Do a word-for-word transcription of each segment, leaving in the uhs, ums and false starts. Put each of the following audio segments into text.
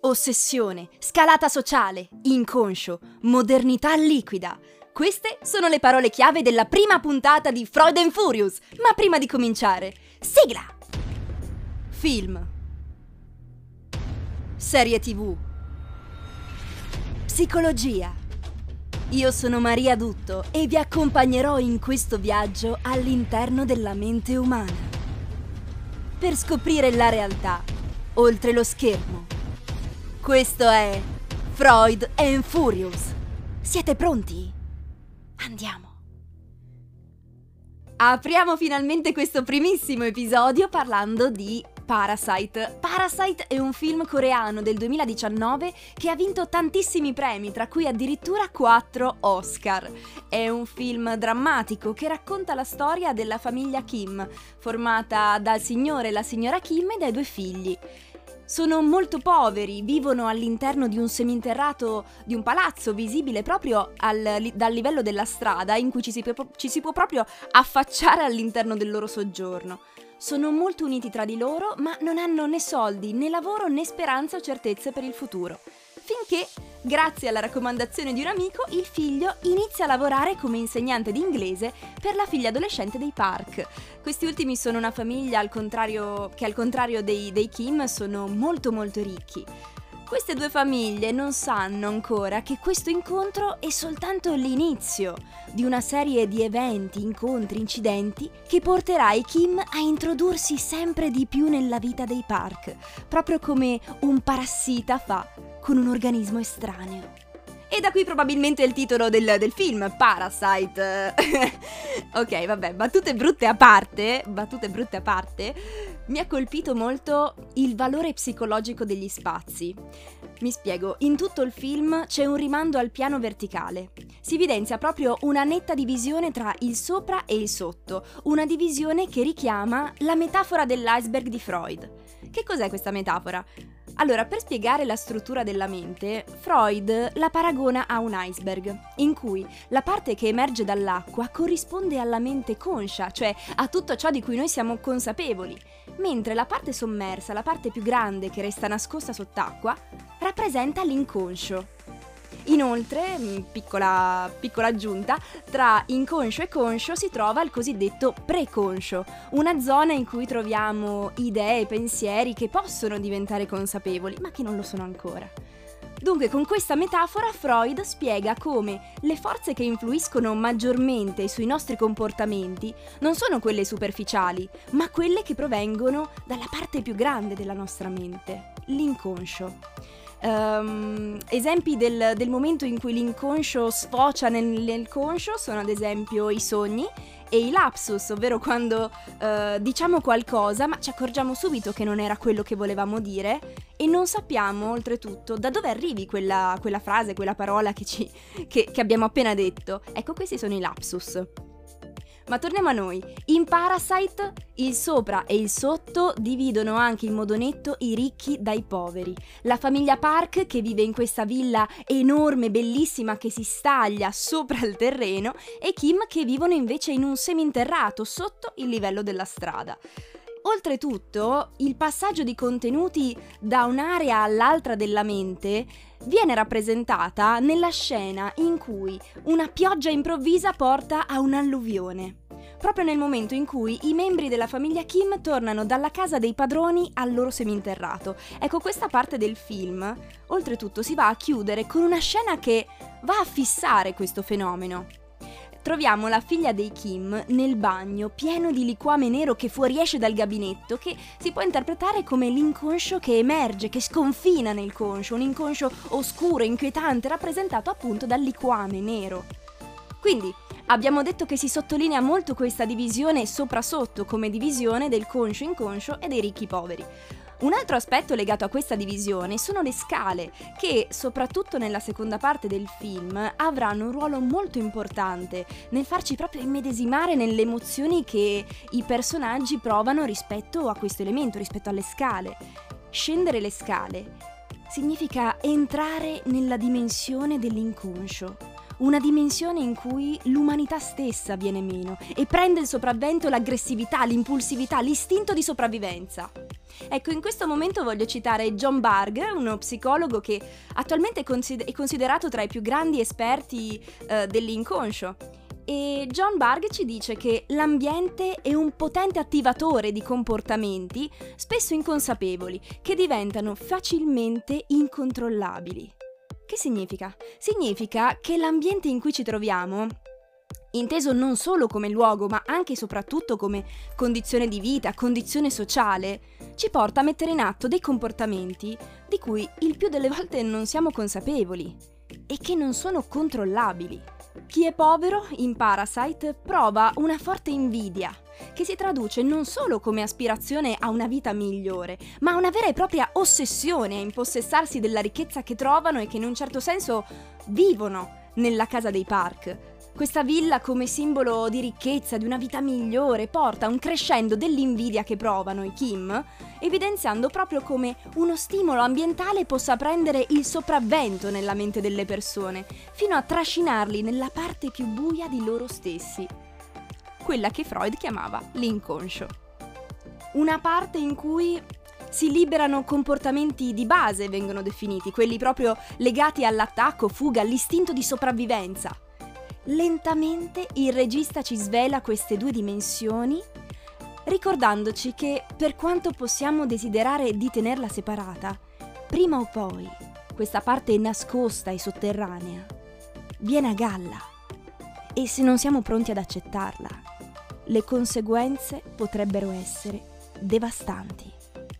ossessione, scalata sociale, inconscio, modernità liquida. Queste sono le parole chiave della prima puntata di Freud and Furious. Ma prima di cominciare, sigla! Film, serie tivù, psicologia. Io sono Maria Dutto e vi accompagnerò in questo viaggio all'interno della mente umana per scoprire la realtà oltre lo schermo. Questo è Freud and Furious. Siete pronti? Andiamo! Apriamo finalmente questo primissimo episodio parlando di Parasite. Parasite è un film coreano del duemiladiciannove che ha vinto tantissimi premi, tra cui addirittura quattro Oscar. È un film drammatico che racconta la storia della famiglia Kim, formata dal signore e la signora Kim e dai due figli. Sono molto poveri, vivono all'interno di un seminterrato, di un palazzo visibile proprio al, dal livello della strada, in cui ci si, ci si può proprio affacciare all'interno del loro soggiorno. Sono molto uniti tra di loro, ma non hanno né soldi, né lavoro, né speranza o certezze per il futuro. Finché, grazie alla raccomandazione di un amico, il figlio inizia a lavorare come insegnante di inglese per la figlia adolescente dei Park. Questi ultimi sono una famiglia al contrario, che al contrario dei, dei Kim sono molto molto ricchi. Queste due famiglie non sanno ancora che questo incontro è soltanto l'inizio di una serie di eventi, incontri, incidenti che porterà i Kim a introdursi sempre di più nella vita dei Park, proprio come un parassita fa con un organismo estraneo. E da qui probabilmente il titolo del, del film, Parasite. Ok, vabbè, battute brutte a parte, battute brutte a parte, mi ha colpito molto il valore psicologico degli spazi. Mi spiego, in tutto il film c'è un rimando al piano verticale. Si evidenzia proprio una netta divisione tra il sopra e il sotto, una divisione che richiama la metafora dell'iceberg di Freud. Che cos'è questa metafora? Allora, per spiegare la struttura della mente, Freud la paragona a un iceberg, in cui la parte che emerge dall'acqua corrisponde alla mente conscia, cioè a tutto ciò di cui noi siamo consapevoli, mentre la parte sommersa, la parte più grande che resta nascosta sott'acqua, rappresenta l'inconscio. Inoltre, piccola, piccola aggiunta, tra inconscio e conscio si trova il cosiddetto preconscio, una zona in cui troviamo idee e pensieri che possono diventare consapevoli, ma che non lo sono ancora. Dunque, con questa metafora Freud spiega come le forze che influiscono maggiormente sui nostri comportamenti non sono quelle superficiali, ma quelle che provengono dalla parte più grande della nostra mente, l'inconscio. Um, esempi del, del momento in cui l'inconscio sfocia nel, nel conscio sono ad esempio i sogni e i lapsus, ovvero quando uh, diciamo qualcosa ma ci accorgiamo subito che non era quello che volevamo dire e non sappiamo oltretutto da dove arrivi quella, quella frase, quella parola che, ci, che, che abbiamo appena detto. Ecco, questi sono i lapsus. Ma torniamo a noi. In Parasite il sopra e il sotto dividono anche in modo netto i ricchi dai poveri. La famiglia Park, che vive in questa villa enorme, bellissima, che si staglia sopra il terreno, e Kim, che vivono invece in un seminterrato sotto il livello della strada. Oltretutto, il passaggio di contenuti da un'area all'altra della mente viene rappresentata nella scena in cui una pioggia improvvisa porta a un'alluvione, proprio nel momento in cui i membri della famiglia Kim tornano dalla casa dei padroni al loro seminterrato. Ecco, questa parte del film, oltretutto, si va a chiudere con una scena che va a fissare questo fenomeno. Troviamo la figlia dei Kim nel bagno, pieno di liquame nero che fuoriesce dal gabinetto, che si può interpretare come l'inconscio che emerge, che sconfina nel conscio, un inconscio oscuro, inquietante, rappresentato appunto dal liquame nero. Quindi, abbiamo detto che si sottolinea molto questa divisione sopra-sotto come divisione del conscio-inconscio e dei ricchi-poveri. Un altro aspetto legato a questa divisione sono le scale, che soprattutto nella seconda parte del film avranno un ruolo molto importante nel farci proprio immedesimare nelle emozioni che i personaggi provano rispetto a questo elemento, rispetto alle scale. Scendere le scale significa entrare nella dimensione dell'inconscio, una dimensione in cui l'umanità stessa viene meno e prende il sopravvento l'aggressività, l'impulsività, l'istinto di sopravvivenza. Ecco, in questo momento voglio citare John Bargh, uno psicologo che attualmente è consider- è considerato tra i più grandi esperti eh, dell'inconscio. E John Bargh ci dice che l'ambiente è un potente attivatore di comportamenti, spesso inconsapevoli, che diventano facilmente incontrollabili. Che significa? Significa che l'ambiente in cui ci troviamo, inteso non solo come luogo, ma anche e soprattutto come condizione di vita, condizione sociale, ci porta a mettere in atto dei comportamenti di cui il più delle volte non siamo consapevoli e che non sono controllabili. Chi è povero, in Parasite, prova una forte invidia, che si traduce non solo come aspirazione a una vita migliore, ma a una vera e propria ossessione a impossessarsi della ricchezza che trovano e che in un certo senso vivono nella casa dei Park. Questa villa come simbolo di ricchezza, di una vita migliore, porta a un crescendo dell'invidia che provano i Kim, evidenziando proprio come uno stimolo ambientale possa prendere il sopravvento nella mente delle persone, fino a trascinarli nella parte più buia di loro stessi, quella che Freud chiamava l'inconscio. Una parte in cui si liberano comportamenti di base, vengono definiti, quelli proprio legati all'attacco, fuga, all'istinto di sopravvivenza. Lentamente il regista ci svela queste due dimensioni, ricordandoci che, per quanto possiamo desiderare di tenerla separata, prima o poi questa parte nascosta e sotterranea viene a galla, e se non siamo pronti ad accettarla, le conseguenze potrebbero essere devastanti.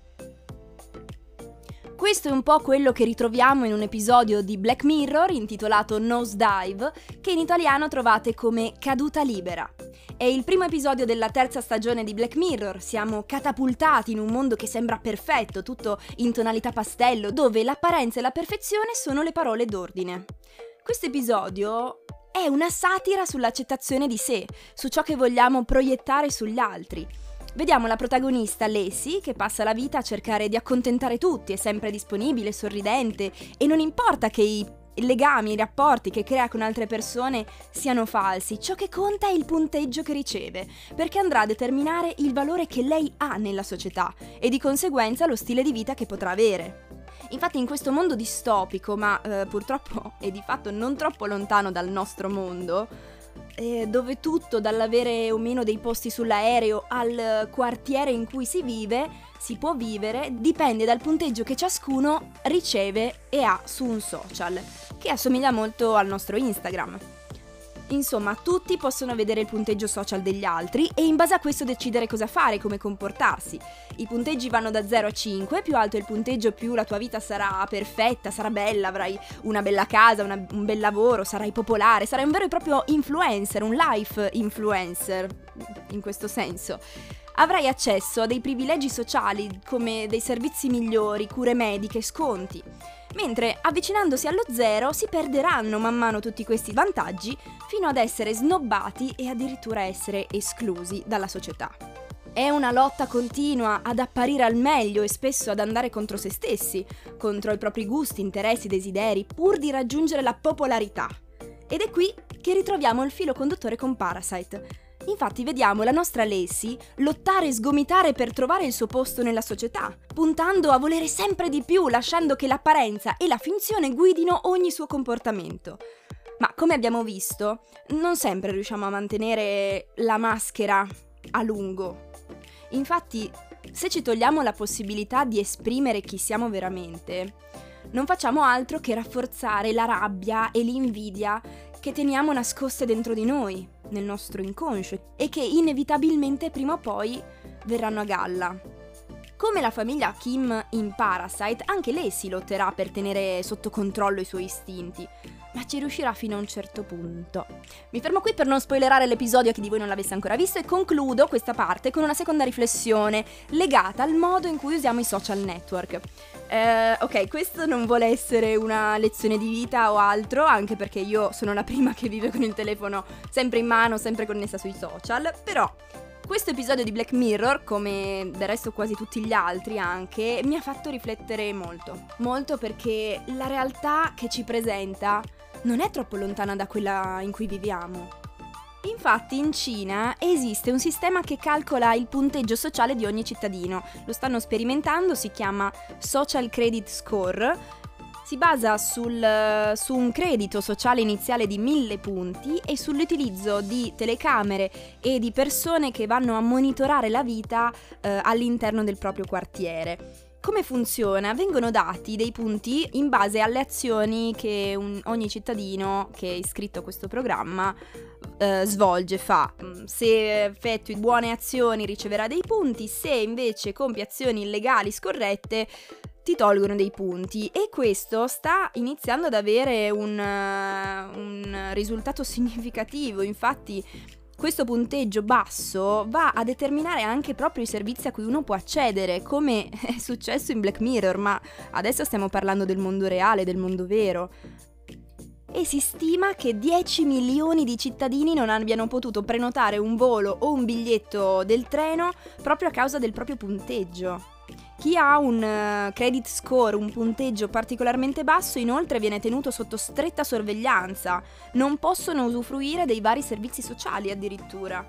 Questo è un po' quello che ritroviamo in un episodio di Black Mirror intitolato Nosedive, che in italiano trovate come Caduta libera. È il primo episodio della terza stagione di Black Mirror, siamo catapultati in un mondo che sembra perfetto, tutto in tonalità pastello, dove l'apparenza e la perfezione sono le parole d'ordine. Questo episodio è una satira sull'accettazione di sé, su ciò che vogliamo proiettare sugli altri. Vediamo la protagonista Lacey che passa la vita a cercare di accontentare tutti, è sempre disponibile, sorridente e non importa che i legami, i rapporti che crea con altre persone siano falsi, ciò che conta è il punteggio che riceve, perché andrà a determinare il valore che lei ha nella società e di conseguenza lo stile di vita che potrà avere. Infatti in questo mondo distopico, ma eh, purtroppo è di fatto non troppo lontano dal nostro mondo, Eh, dove tutto, dall'avere o meno dei posti sull'aereo al quartiere in cui si vive, si può vivere, dipende dal punteggio che ciascuno riceve e ha su un social, che assomiglia molto al nostro Instagram. Insomma, tutti possono vedere il punteggio social degli altri e in base a questo decidere cosa fare, come comportarsi. I punteggi vanno da zero a cinque, più alto è il punteggio più la tua vita sarà perfetta, sarà bella, avrai una bella casa, una, un bel lavoro, sarai popolare, sarai un vero e proprio influencer, un life influencer, in questo senso. Avrai accesso a dei privilegi sociali come dei servizi migliori, cure mediche, sconti. Mentre avvicinandosi allo zero si perderanno man mano tutti questi vantaggi fino ad essere snobbati e addirittura essere esclusi dalla società. È una lotta continua ad apparire al meglio e spesso ad andare contro se stessi, contro i propri gusti, interessi, desideri, pur di raggiungere la popolarità. Ed è qui che ritroviamo il filo conduttore con Parasite. Infatti vediamo la nostra Lacey lottare e sgomitare per trovare il suo posto nella società, puntando a volere sempre di più, lasciando che l'apparenza e la finzione guidino ogni suo comportamento. Ma come abbiamo visto, non sempre riusciamo a mantenere la maschera a lungo. Infatti, se ci togliamo la possibilità di esprimere chi siamo veramente, non facciamo altro che rafforzare la rabbia e l'invidia che teniamo nascoste dentro di noi, nel nostro inconscio, e che inevitabilmente prima o poi verranno a galla. Come la famiglia Kim in Parasite, anche lei si lotterà per tenere sotto controllo i suoi istinti, ma ci riuscirà fino a un certo punto. Mi fermo qui per non spoilerare l'episodio a chi di voi non l'avesse ancora visto e concludo questa parte con una seconda riflessione legata al modo in cui usiamo i social network. Eh, ok, questo non vuole essere una lezione di vita o altro, anche perché io sono la prima che vive con il telefono sempre in mano, sempre connessa sui social, però questo episodio di Black Mirror, come del resto quasi tutti gli altri anche, mi ha fatto riflettere molto. Molto perché la realtà che ci presenta non è troppo lontana da quella in cui viviamo. Infatti in Cina esiste un sistema che calcola il punteggio sociale di ogni cittadino. Lo stanno sperimentando, si chiama Social Credit Score. Si basa sul, su un credito sociale iniziale di mille punti e sull'utilizzo di telecamere e di persone che vanno a monitorare la vita eh, all'interno del proprio quartiere. Come funziona? Vengono dati dei punti in base alle azioni che un, ogni cittadino che è iscritto a questo programma eh, svolge, fa. Se effettui buone azioni riceverà dei punti, se invece compie azioni illegali scorrette ti tolgono dei punti, e questo sta iniziando ad avere un, uh, un risultato significativo. Infatti questo punteggio basso va a determinare anche proprio i servizi a cui uno può accedere, come è successo in Black Mirror, ma adesso stiamo parlando del mondo reale, del mondo vero. E si stima che dieci milioni di cittadini non abbiano potuto prenotare un volo o un biglietto del treno proprio a causa del proprio punteggio. Chi ha un uh, credit score, un punteggio particolarmente basso, inoltre viene tenuto sotto stretta sorveglianza. Non possono usufruire dei vari servizi sociali addirittura.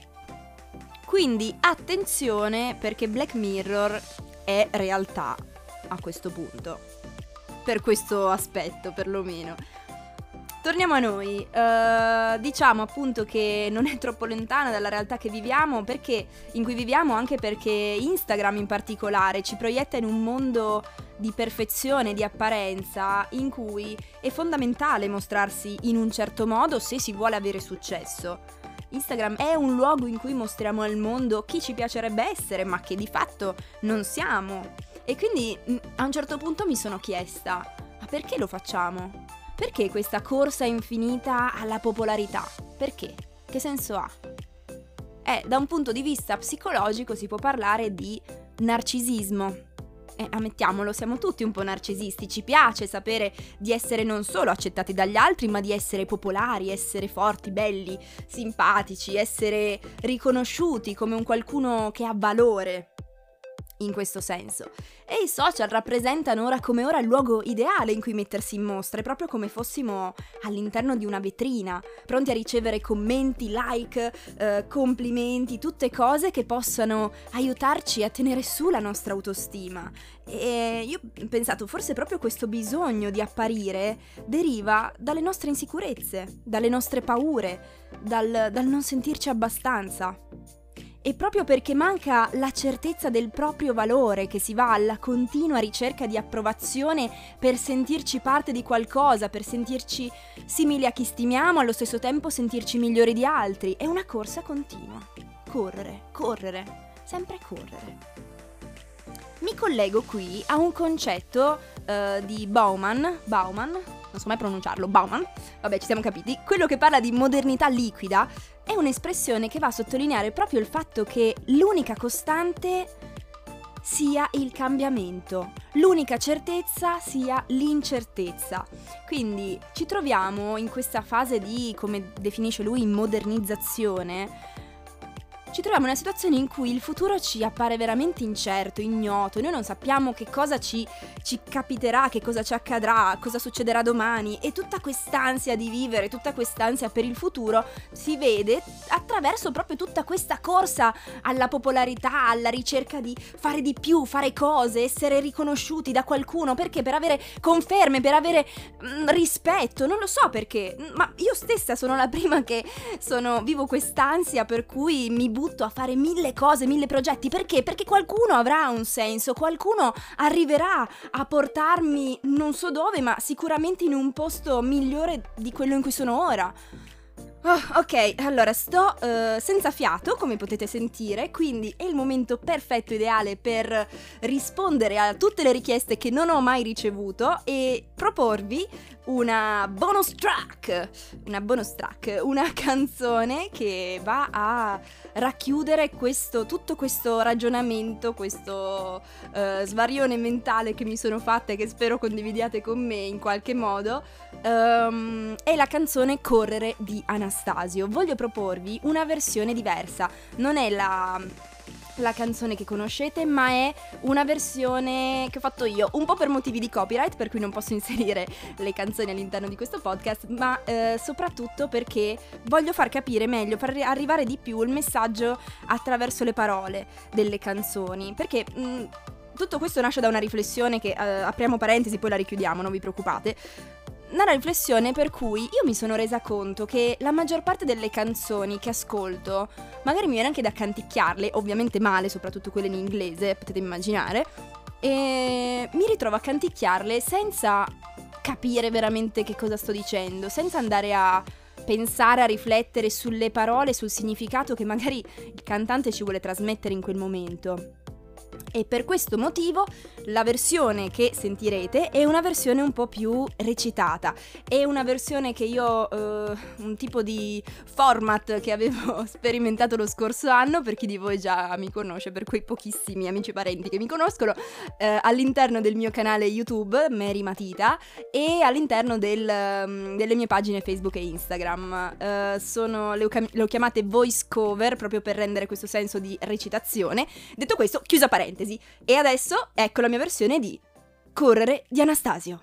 Quindi attenzione, perché Black Mirror è realtà a questo punto. Per questo aspetto, perlomeno. Torniamo a noi, uh, diciamo appunto che non è troppo lontana dalla realtà che viviamo, perché in cui viviamo, anche perché Instagram in particolare ci proietta in un mondo di perfezione, di apparenza, in cui è fondamentale mostrarsi in un certo modo se si vuole avere successo. Instagram è un luogo in cui mostriamo al mondo chi ci piacerebbe essere, ma che di fatto non siamo. E quindi a un certo punto mi sono chiesta, ma perché lo facciamo? Perché questa corsa infinita alla popolarità? Perché? Che senso ha? Eh, da un punto di vista psicologico si può parlare di narcisismo. Eh, ammettiamolo, siamo tutti un po' narcisisti, ci piace sapere di essere non solo accettati dagli altri, ma di essere popolari, essere forti, belli, simpatici, essere riconosciuti come un qualcuno che ha valore. In questo senso. E i social rappresentano ora come ora il luogo ideale in cui mettersi in mostra, è proprio come fossimo all'interno di una vetrina, pronti a ricevere commenti, like, eh, complimenti, tutte cose che possano aiutarci a tenere su la nostra autostima. E io ho pensato, forse proprio questo bisogno di apparire deriva dalle nostre insicurezze, dalle nostre paure, dal, dal non sentirci abbastanza. E proprio perché manca la certezza del proprio valore, che si va alla continua ricerca di approvazione per sentirci parte di qualcosa, per sentirci simili a chi stimiamo, allo stesso tempo sentirci migliori di altri. È una corsa continua. Correre, correre, sempre correre. Mi collego qui a un concetto uh, di Bauman, Bauman, non so mai pronunciarlo, Bauman, vabbè ci siamo capiti, quello che parla di modernità liquida. È un'espressione che va a sottolineare proprio il fatto che l'unica costante sia il cambiamento, l'unica certezza sia l'incertezza. Quindi ci troviamo in questa fase di, come definisce lui, modernizzazione. Ci troviamo in una situazione in cui il futuro ci appare veramente incerto, ignoto, noi non sappiamo che cosa ci, ci capiterà, che cosa ci accadrà, cosa succederà domani, e tutta quest'ansia di vivere, tutta quest'ansia per il futuro si vede attraverso proprio tutta questa corsa alla popolarità, alla ricerca di fare di più, fare cose, essere riconosciuti da qualcuno, perché? Per avere conferme, per avere mh, rispetto, non lo so perché, ma io stessa sono la prima che sono, vivo quest'ansia per cui mi butto a fare mille cose, mille progetti. Perché? Perché qualcuno avrà un senso, qualcuno arriverà a portarmi non so dove, ma sicuramente in un posto migliore di quello in cui sono ora. Oh, ok, allora sto uh, senza fiato, come potete sentire, quindi è il momento perfetto, ideale per rispondere a tutte le richieste che non ho mai ricevuto e proporvi una bonus track, una bonus track, una canzone che va a racchiudere questo, tutto questo ragionamento, questo uh, svarione mentale che mi sono fatta e che spero condividiate con me in qualche modo. Um, è la canzone Correre di Anastasio. Voglio proporvi una versione diversa, non è la la canzone che conoscete, ma è una versione che ho fatto io, un po' per motivi di copyright, per cui non posso inserire le canzoni all'interno di questo podcast, ma eh, soprattutto perché voglio far capire meglio, far arrivare di più il messaggio attraverso le parole delle canzoni, perché mh, tutto questo nasce da una riflessione che, eh, apriamo parentesi, poi la richiudiamo, non vi preoccupate. Una riflessione per cui io mi sono resa conto che la maggior parte delle canzoni che ascolto, magari mi viene anche da canticchiarle, ovviamente male, soprattutto quelle in inglese, potete immaginare, e mi ritrovo a canticchiarle senza capire veramente che cosa sto dicendo, senza andare a pensare, a riflettere sulle parole, sul significato che magari il cantante ci vuole trasmettere in quel momento. E per questo motivo la versione che sentirete è una versione un po' più recitata, è una versione che io, eh, un tipo di format che avevo sperimentato lo scorso anno, per chi di voi già mi conosce, per quei pochissimi amici e parenti che mi conoscono, eh, all'interno del mio canale YouTube, Mary Matita, e all'interno del, um, delle mie pagine Facebook e Instagram. Eh, sono, le, ho, le ho chiamate voice cover proprio per rendere questo senso di recitazione. Detto questo, chiusa parentesi. E adesso ecco la mia versione di Correre di Anastasio.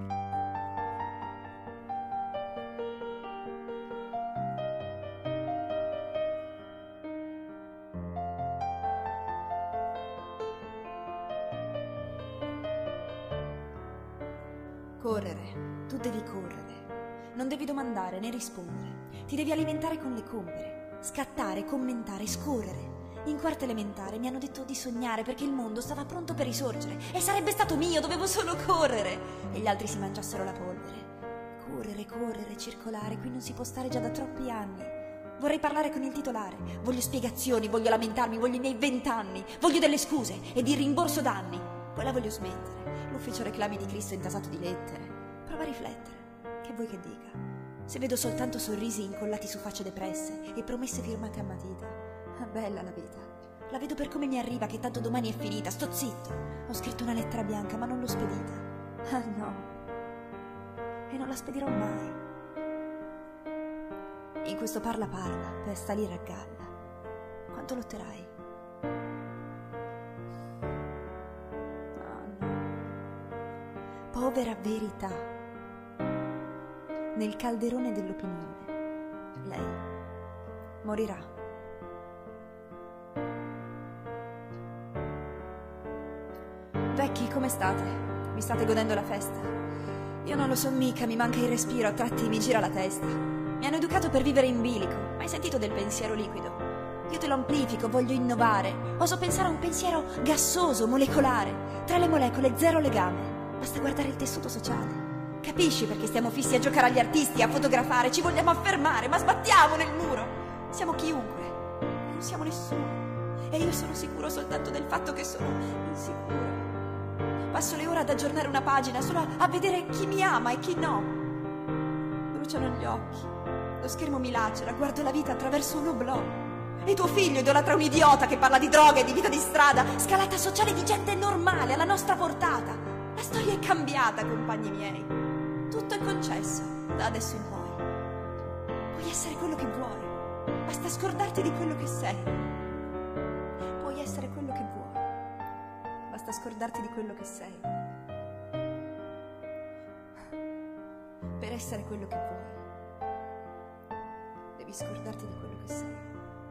Correre, tu devi correre. Non devi domandare né rispondere. Ti devi alimentare con le compere, scattare, commentare, scorrere. In quarta elementare mi hanno detto di sognare perché il mondo stava pronto per risorgere e sarebbe stato mio, dovevo solo correre e gli altri si mangiassero la polvere. Correre, correre, circolare, qui non si può stare già da troppi anni. Vorrei parlare con il titolare, voglio spiegazioni, voglio lamentarmi, voglio i miei vent'anni, voglio delle scuse e di rimborso danni. Poi la voglio smettere, l'ufficio reclami di Cristo è intasato di lettere. Prova a riflettere, che vuoi che dica? Se vedo soltanto sorrisi incollati su facce depresse e promesse firmate a matita. Bella la vita. La vedo per come mi arriva, che tanto domani è finita. Sto zitto. Ho scritto una lettera bianca, ma non l'ho spedita. Ah no. E non la spedirò mai. In questo parla parla, per salire a galla. Quanto lotterai? Ah no. Povera verità. Nel calderone dell'opinione. Lei morirà. Vecchi, come state? Vi state godendo la festa? Io non lo so mica, mi manca il respiro, a tratti mi gira la testa. Mi hanno educato per vivere in bilico, hai sentito del pensiero liquido? Io te lo amplifico, voglio innovare. Oso pensare a un pensiero gassoso, molecolare. Tra le molecole zero legame. Basta guardare il tessuto sociale. Capisci perché stiamo fissi a giocare agli artisti, a fotografare? Ci vogliamo affermare, ma sbattiamo nel muro. Siamo chiunque, e non siamo nessuno. E io sono sicuro soltanto del fatto che sono insicuro. Passo le ore ad aggiornare una pagina solo a, a vedere chi mi ama e chi no. Bruciano gli occhi, lo schermo mi lacera, guardo la vita attraverso un oblò. E tuo figlio idolatra un idiota che parla di droga e di vita di strada, scalata sociale di gente normale alla nostra portata. La storia è cambiata, compagni miei. Tutto è concesso, da adesso in poi. Puoi essere quello che vuoi, basta scordarti di quello che sei. Puoi essere quello che vuoi. Basta scordarti di quello che sei. Per essere quello che vuoi, devi scordarti di quello che sei.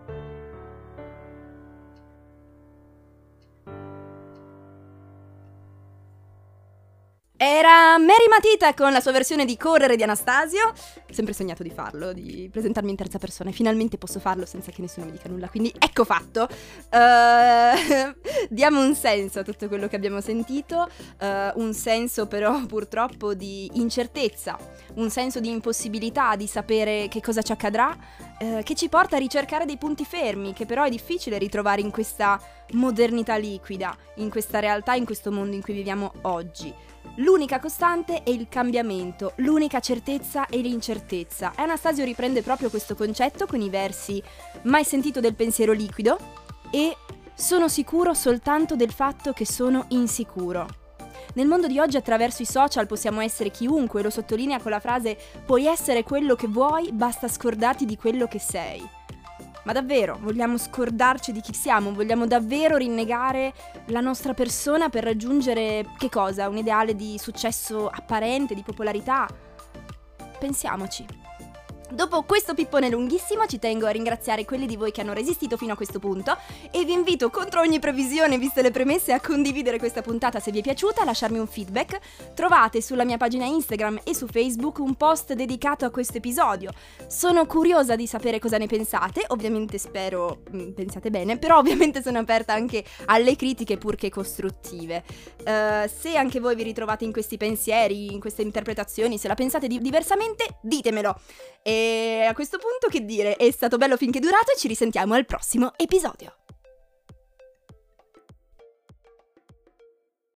Era Mary Matita con la sua versione di Correre di Anastasio. Ho sempre sognato di farlo, di presentarmi in terza persona e finalmente posso farlo senza che nessuno mi dica nulla, quindi ecco fatto. Uh, diamo un senso a tutto quello che abbiamo sentito, uh, un senso però purtroppo di incertezza, un senso di impossibilità di sapere che cosa ci accadrà, uh, che ci porta a ricercare dei punti fermi, che però è difficile ritrovare in questa modernità liquida, in questa realtà, in questo mondo in cui viviamo oggi. L'unica costante è il cambiamento, l'unica certezza è l'incertezza. E Anastasio riprende proprio questo concetto con i versi "Mai sentito del pensiero liquido" e "Sono sicuro soltanto del fatto che sono insicuro". Nel mondo di oggi attraverso i social possiamo essere chiunque, lo sottolinea con la frase "Puoi essere quello che vuoi, basta scordarti di quello che sei". Ma davvero, vogliamo scordarci di chi siamo? Vogliamo davvero rinnegare la nostra persona per raggiungere, che cosa? Un ideale di successo apparente, di popolarità? Pensiamoci. Dopo questo pippone lunghissimo ci tengo a ringraziare quelli di voi che hanno resistito fino a questo punto e vi invito contro ogni previsione, viste le premesse, a condividere questa puntata se vi è piaciuta, a lasciarmi un feedback. Trovate sulla mia pagina Instagram e su Facebook un post dedicato a questo episodio. Sono curiosa di sapere cosa ne pensate, ovviamente spero mh, pensiate bene, però ovviamente sono aperta anche alle critiche purché costruttive. Uh, se anche voi vi ritrovate in questi pensieri, in queste interpretazioni, se la pensate di- diversamente, ditemelo. E a questo punto che dire, è stato bello finché è durato e ci risentiamo al prossimo episodio.